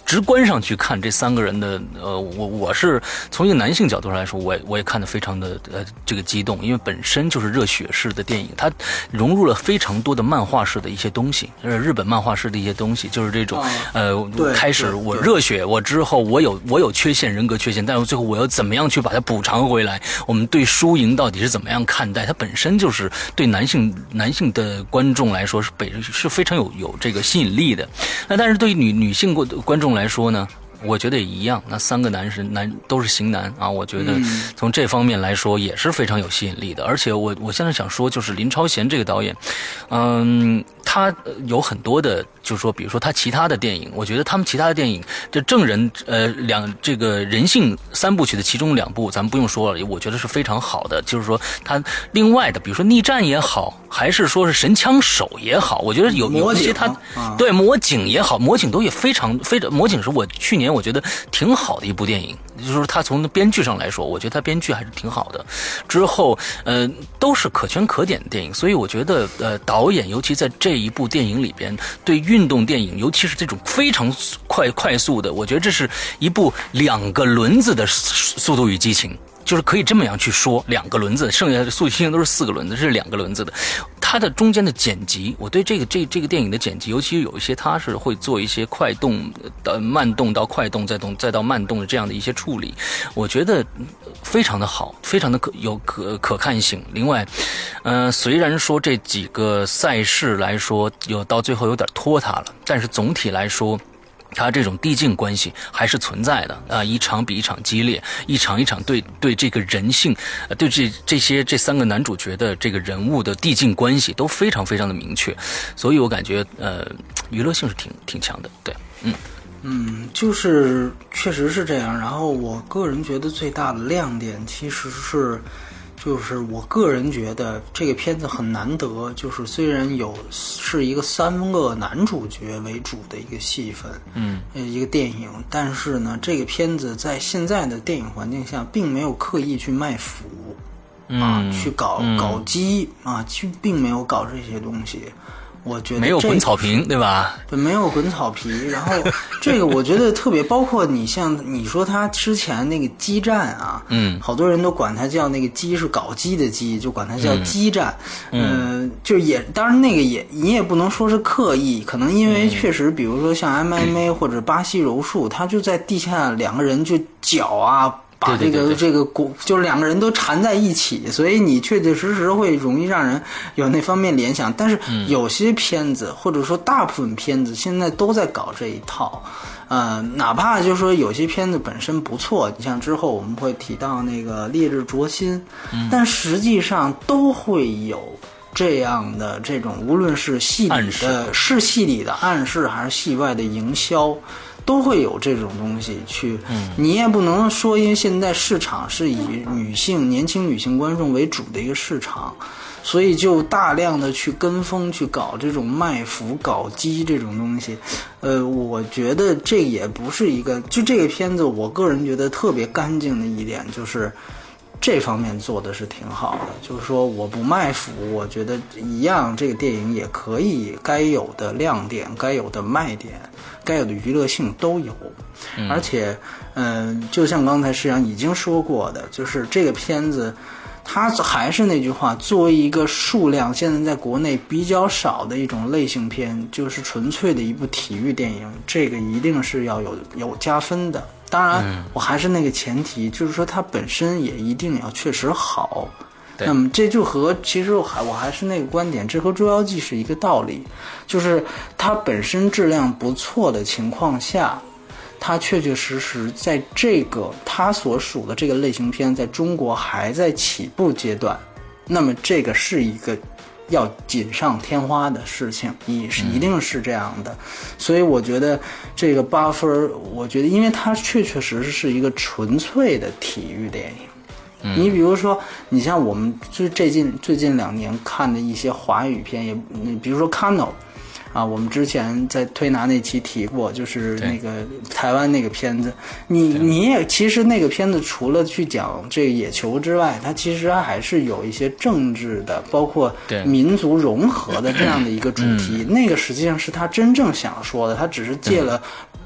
直观上去看这三个人的，呃，我我是从一个男性角度上来说，我也我也看得非常的呃这个激动，因为本身就是热血式的电影，它融入了非常多的漫画式的一些东西，呃，日本漫画式的一些东西，就是这种、哦、呃，开始我热血，我之后我有我有缺陷，人格缺陷，但是最后我要怎么样去把它补偿回来？我们对输赢到底是怎么样看待？它本身就是对男性男性的观众来说是本是非常有有这个吸引力的，那但是对于女女性观众来说呢，我觉得也一样。那三个男神男都是型男啊，我觉得从这方面来说也是非常有吸引力的。而且我我现在想说，就是林超贤这个导演，嗯，他有很多的，就是说，比如说他其他的电影，我觉得他们其他的电影，这证人呃两这个人性三部曲的其中两部，咱们不用说了，我觉得是非常好的。就是说他另外的，比如说逆战也好，还是说是神枪手也好，我觉得有有一些他、啊、对魔警也好，魔警都也非常非常，魔警是我去年我觉得挺好的一部电影，就是说他从编剧上来说，我觉得他编剧还是挺好的。之后呃都是可圈可点的电影，所以我觉得呃导演尤其在这一部电影里边，对运动电影，尤其是这种非常快快速的，我觉得这是一部两个轮子的速度与激情。就是可以这么样去说，两个轮子，剩下的速度性都是四个轮子，这是两个轮子的。它的中间的剪辑，我对这个这这个电影的剪辑，尤其有一些它是会做一些快动的慢动到快动再动再到慢动的这样的一些处理，我觉得非常的好，非常的可有可可看性。另外，呃，虽然说这几个赛事来说有到最后有点拖沓了，但是总体来说。它这种递进关系还是存在的啊，一场比一场激烈，一场一场对对这个人性，呃，对这这些这三个男主角的这个人物的递进关系都非常非常的明确，所以我感觉呃娱乐性是挺挺强的，对，嗯嗯，就是确实是这样。然后我个人觉得最大的亮点其实是。就是我个人觉得这个片子很难得，就是虽然有是一个三个男主角为主的一个戏份，嗯，一个电影，但是呢，这个片子在现在的电影环境下，并没有刻意去卖腐，啊， 嗯、 去搞搞基啊，去并没有搞这些东西。我觉得没有滚草坪，对吧？ 对，没有滚草皮。然后这个我觉得特别，包括你像你说他之前那个激战啊，嗯，好多人都管他叫那个激是搞基的基，就管他叫激战，嗯，呃、就也当然那个也你也不能说是刻意，可能因为确实，比如说像 M M A 或者巴西柔术，他就在地下两个人就脚啊。把这个这个骨就是两个人都缠在一起，所以你确确实实会容易让人有那方面联想。但是有些片子、嗯、或者说大部分片子现在都在搞这一套，呃，哪怕就是说有些片子本身不错，你像之后我们会提到那个《烈日灼心》，嗯，但实际上都会有这样的这种，无论是戏里的是戏里的暗示，还是戏外的营销。都会有这种东西去，嗯，你也不能说，因为现在市场是以女性、年轻女性观众为主的一个市场，所以就大量的去跟风去搞这种卖腐、搞基这种东西。呃，我觉得这也不是一个，就这个片子，我个人觉得特别干净的一点就是。这方面做的是挺好的，就是说我不卖腐，我觉得一样，这个电影也可以该有的亮点、该有的卖点、该有的娱乐性都有，嗯、而且，嗯、呃，就像刚才实际上已经说过的，就是这个片子，它还是那句话，作为一个数量现在在国内比较少的一种类型片，就是纯粹的一部体育电影，这个一定是要有有加分的。当然，我还是那个前提，就是说它本身也一定要确实好。那么这就和其实我还我还是那个观点，这和《捉妖记》是一个道理，就是它本身质量不错的情况下，它确确实实在这个它所属的这个类型片在中国还在起步阶段，那么这个是一个要锦上添花的事情，也是一定是这样的。所以我觉得这个八分，我觉得因为它确确实实是一个纯粹的体育电影。嗯、你比如说，你像我们最最近最近两年看的一些华语片，也比如说《Kano》。啊，我们之前在推拿那期提过，就是那个台湾那个片子，你你也其实那个片子除了去讲这个野球之外，它其实还是有一些政治的，包括民族融合的这样的一个主题。那个实际上是他真正想说的，他只是借了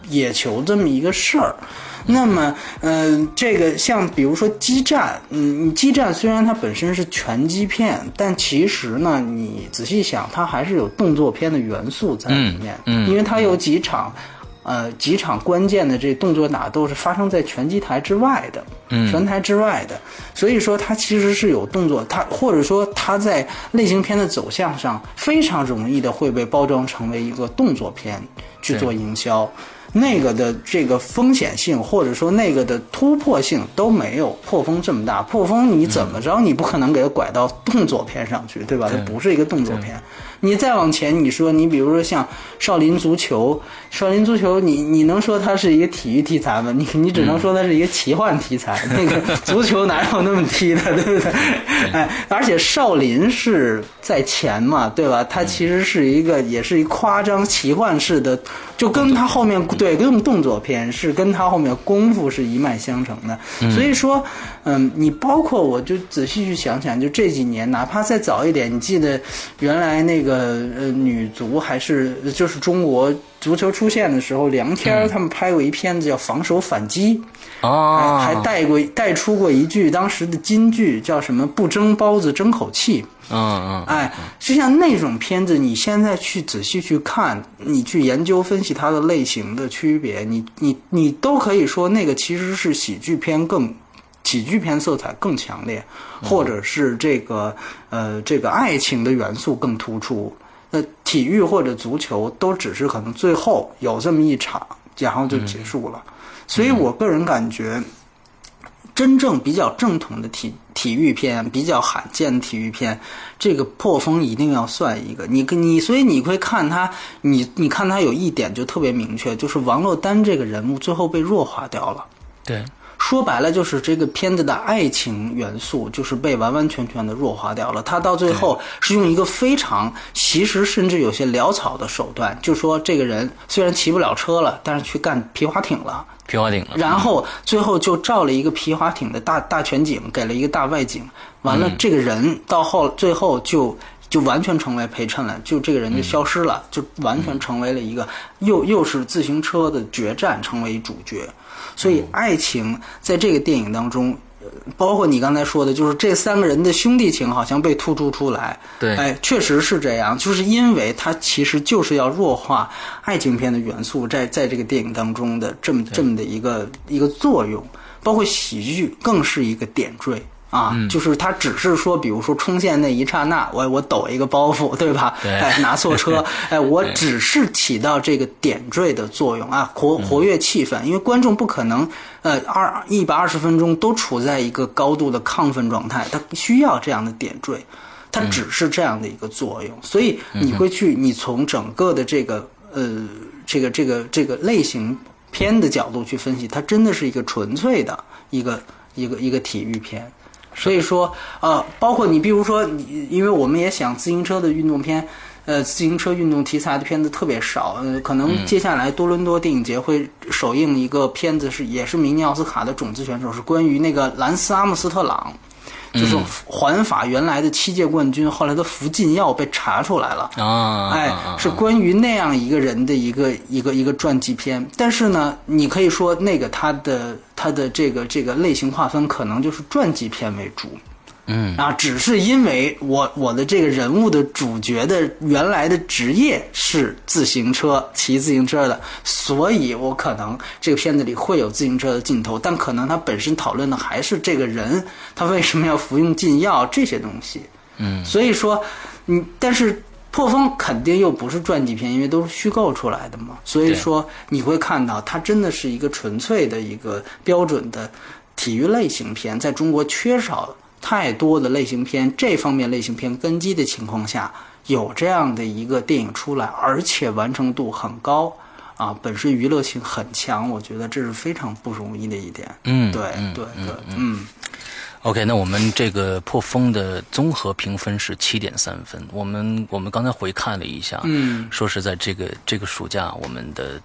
野球这么一个事儿。那么，嗯、呃，这个像比如说激战，嗯，激战虽然它本身是拳击片，但其实呢，你仔细想，它还是有动作片的元素在里面， 嗯，嗯因为它有几场。呃，几场关键的这动作打斗是发生在拳击台之外的，嗯，拳台之外的，所以说它其实是有动作，它或者说它在类型片的走向上非常容易的会被包装成为一个动作片去做营销，那个的这个风险性或者说那个的突破性都没有破风这么大。破风你怎么着、嗯、你不可能给它拐到动作片上去，对吧？它不是一个动作片。你再往前，你说你比如说像少林足球，少林足球你你能说它是一个体育题材吗？你你只能说它是一个奇幻题材。嗯、那个足球哪有那么踢的，对不对？哎，而且少林是在前嘛，对吧？它其实是一个也是一夸张奇幻式的，就跟它后面对跟动作片是跟它后面功夫是一脉相承的。嗯、所以说，嗯，你包括我就仔细去想想，就这几年，哪怕再早一点，你记得原来那个。呃呃，女足还是就是中国足球出现的时候，梁天他们拍过一片子叫《防守反击》， 哦， 还还带过带出过一句当时的金句，叫什么“不蒸包子争口气”。 嗯嗯， 哎，就像那种片子，你现在去仔细去看，你去研究分析它的类型的区别，你你你都可以说那个其实是喜剧片更。喜剧片色彩更强烈，或者是这个呃这个爱情的元素更突出。那体育或者足球都只是可能最后有这么一场，然后就结束了。所以我个人感觉，真正比较正统的体体育片，比较罕见的体育片，这个破风一定要算一个。你你所以你会看他，你你看他有一点就特别明确，就是王珞丹这个人物最后被弱化掉了。 对。 说白了就是这个片子的爱情元素就是被完完全全的弱化掉了，他到最后是用一个非常其实甚至有些潦草的手段，就说这个人虽然骑不了车了，但是去干皮划艇了， 皮划艇了， 然后最后就照了一个皮划艇的大大全景，给了一个大外景，完了这个人到后最后就就完全成为陪衬了，就这个人就消失了，就完全成为了一个又又是自行车的决战，成为主角。所以爱情在这个电影当中，包括你刚才说的，就是这三个人的兄弟情好像被突出出来。 对， 哎，确实是这样，就是因为它其实就是要弱化爱情片的元素在在这个电影当中的这么这么的一个一个作用，包括喜剧更是一个点缀。啊、嗯，就是他只是说，比如说冲线那一刹那，我我抖一个包袱，对吧？ 对， 哎，拿错车，哎，我只是起到这个点缀的作用啊，活活跃气氛，因为观众不可能呃二一百二十分钟都处在一个高度的亢奋状态，他需要这样的点缀，它只是这样的一个作用，所以你会去，你从整个的这个呃这个这个这个类型片的角度去分析，它真的是一个纯粹的一个一个一个体育片。所以说，呃，包括你，比如说，因为我们也想自行车的运动片，呃，自行车运动题材的片子特别少，呃，可能接下来多伦多电影节会首映一个片子是，也是明尼奥斯卡的种子选手，是关于那个兰斯阿姆斯特朗，就是环法原来的七届冠军，后来他服禁药被查出来了啊， 哎，是关于那样一个人的一个一个一个传记片。但是呢，你可以说那个他的他的这个这个类型划分可能就是传记片为主。 嗯啊，只是因为我我的这个人物的主角的原来的职业是自行车，骑自行车的，所以我可能这个片子里会有自行车的镜头，但可能它本身讨论的还是这个人他为什么要服用禁药这些东西。 嗯， 所以说，你但是破风肯定又不是传记片，因为都是虚构出来的嘛，所以说你会看到它真的是一个纯粹的一个标准的体育类型片，在中国缺少太多的类型片，这方面类型片根基的情况下，有这样的一个电影出来，而且完成度很高啊，本身娱乐性很强，我觉得这是非常不容易的一点。 嗯， 对嗯对对， 嗯。 嗯 OK， 那我们这个破风的综合评分是七点三分。我们我们刚才回看了一下， 嗯， 说实在，这个这个暑假我们的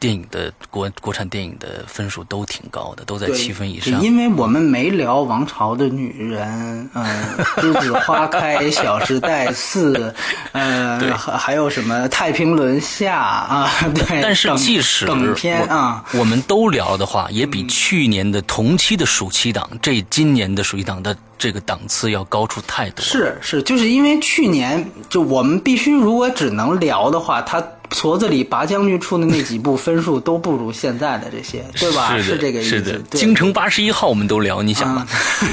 电影的国国产电影的分数都挺高的，都在七分以上。 因为我们没聊《王朝的女人》，嗯，《栀子花开》《小时代四》，呃，还还有什么《太平轮下》啊？对。 但是即使梗片啊， 我们都聊的话，也比去年的同期的暑期档，这今年的暑期档的这个档次要高出太多了。 是是，就是因为去年就我们必须如果只能聊的话，他矬子里拔将军出的那几部分数都不如现在的这些，对吧？ 是是这个意思。 是的，京城八十一号我们都聊，你想吧？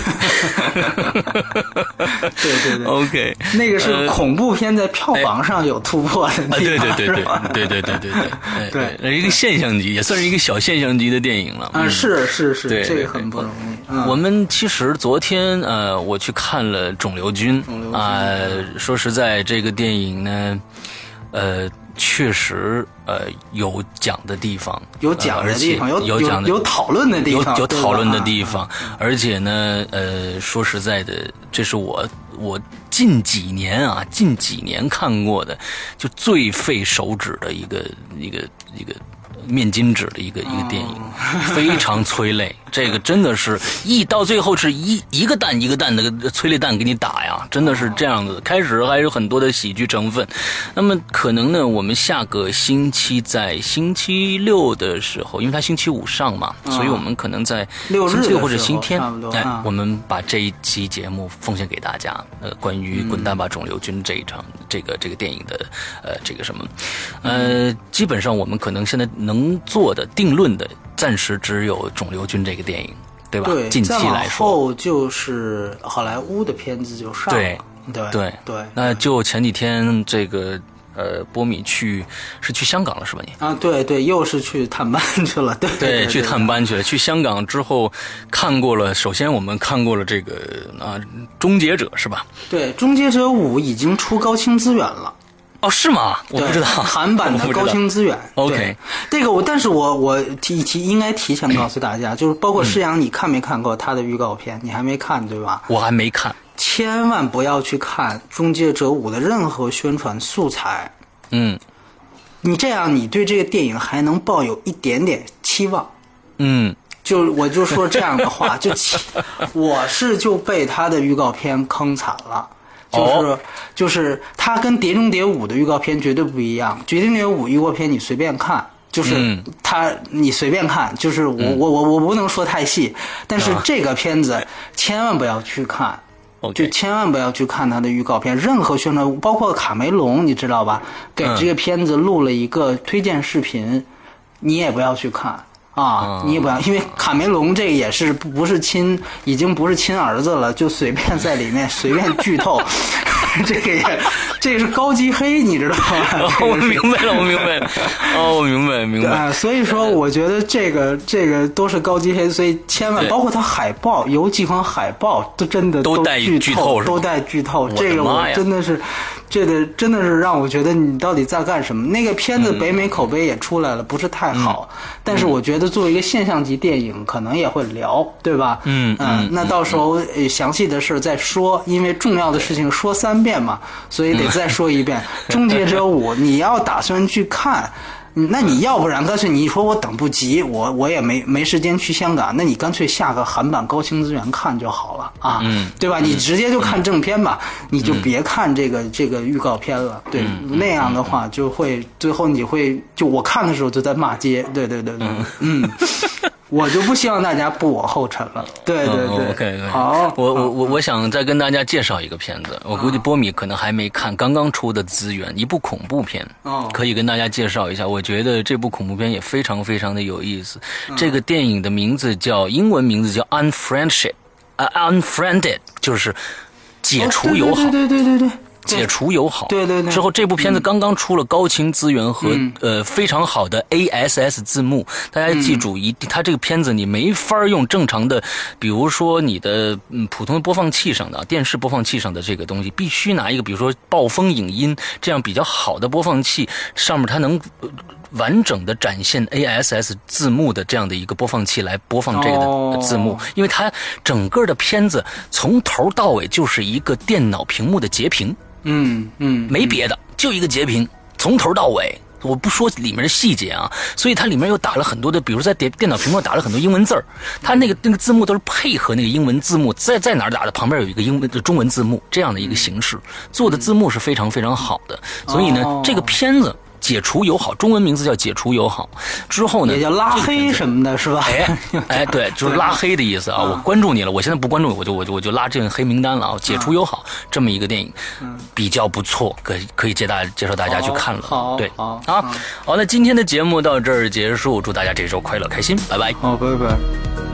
对对对 ，OK， 那个是恐怖片在票房上有突破的地方， 对对对对对对对对对对，一个现象级，也算是一个小现象级的电影了。 啊，是是是，这个很不容易。 我们其实昨天呃，我去看了《肿瘤君》啊，说实在，这个电影呢，呃。确实，呃，有讲的地方， 有讲的地方， 有有讲的， 有讨论的地方， 有有讨论的地方。而且呢，呃，说实在的，这是我我近几年啊，近几年看过的，就最费手指的一个一个一个面巾纸的一个一个电影，非常催泪。这个真的是一到最后是一一个弹一个弹的催泪弹给你打呀，真的是这样子。开始还有很多的喜剧成分，那么可能呢，我们下个星期在星期六的时候，因为它星期五上嘛， 嗯、 所以我们可能在六日星期六或者星期天， 哎、 嗯，我们把这一期节目奉献给大家。呃，关于《滚蛋吧肿瘤君》这一场、嗯、这个这个电影的呃这个什么，呃，基本上我们可能现在能做的定论的。暂时只有《肿瘤君》这个电影，对吧？ 对， 近期来说， 后就是好莱坞的片子就上了。 对对对对。 那就前几天这个呃，波米去是去香港了是吧？你啊，对对，又是去探班去了，对对, 对, 对，去探班去了。去香港之后看过了，首先我们看过了这个啊，《终结者》是吧？ 对，《终结者五》已经出高清资源了。 哦，是吗？我不知道韩版的高清资源。 OK， 这个我，但是我我提提应该提前告诉大家，就是包括施洋，你看没看过他的预告片？你还没看对吧？ 我还没看。 千万不要去看《终结者五》的任何宣传素材。 嗯， 你这样，你对这个电影还能抱有一点点期望。 嗯， 就我就说这样的话，就我是就被他的预告片坑惨了。就是、哦、就是它跟《碟中谍五》的预告片绝对不一样，《碟中谍五》预告片你随便看，就是它你随便看，就是我、嗯、我我我不能说太细，但是这个片子千万不要去看， 哦、 就千万不要去看它的预告片，任何宣传，包括卡梅隆，你知道吧？给这个片子录了一个推荐视频，嗯、你也不要去看。啊，你也不要，因为卡梅隆这个也是不是亲，已经不是亲儿子了，就随便在里面随便剧透，这个也，这个是高级黑，你知道吗？ 哦、我明白了，我明白了，哦，我明白，明白。 啊，所以说，我觉得这个这个都是高级黑，所以千万，包括它海报有几款海报都真的都带剧透， 都带剧透，这个我真的是。这个真的是让我觉得你到底在干什么？那个片子北美口碑也出来了，不是太好，嗯、但是我觉得作为一个现象级电影，可能也会聊，对吧？ 嗯嗯、呃，那到时候呃详细的事再说，因为重要的事情说三遍嘛，所以得再说一遍。嗯、终结者五，你要打算去看。那你要不然干脆你说我等不及，我我也没没时间去香港，那你干脆下个韩版高清资源看就好了啊， 嗯， 对吧？你直接就看正片吧，嗯、你就别看这个这个预告片了，对， 嗯、 那样的话就会最后你会就我看的时候就在骂街，对对对对，嗯。嗯我就不希望大家步我后尘了。对对对、 嗯、，OK， 好， 我我我我想再跟大家介绍一个片子，我估计波米可能还没看，刚刚出的资源，一部恐怖片， 哦， 可以跟大家介绍一下。我觉得这部恐怖片也非常非常的有意思。嗯、这个电影的名字叫英文名字叫 Unfriendship， 呃、uh, ，Unfriended， 就是解除友好。 哦、对对对对对对。 解除友好， 对对对。 之后这部片子刚刚出了高清资源和、 嗯、 呃非常好的 A S S 字幕，大家记住，一、嗯、它这个片子你没法用正常的，比如说你的嗯普通的播放器上的电视播放器上的这个东西，必须拿一个比如说暴风影音这样比较好的播放器，上面它能完整的展现 A S S 字幕的这样的一个播放器来播放这个的字幕， 哦、 因为它整个的片子从头到尾就是一个电脑屏幕的截屏。 嗯嗯， 没别的，就一个截屏，从头到尾我不说里面的细节啊，所以它里面又打了很多的，比如在电电脑屏幕打了很多英文字儿，它那个那个字幕都是配合那个英文字幕，在在哪儿打的，旁边有一个英文的中文字幕这样的一个形式，做的字幕是非常非常好的，所以呢， 哦、 这个片子。解除友好，中文名字叫解除友好。之后呢， 也叫拉黑什么的，是吧？ 哎哎，对，就是拉黑的意思啊！我关注你了，我现在不关注你，我就我就我就拉这个黑名单了啊！解除友好这么一个电影，比较不错，可以可以介大介绍大家去看了。 好， 对， 好啊，好，那今天的节目到这儿结束，祝大家这周快乐开心，拜拜。 好，拜拜。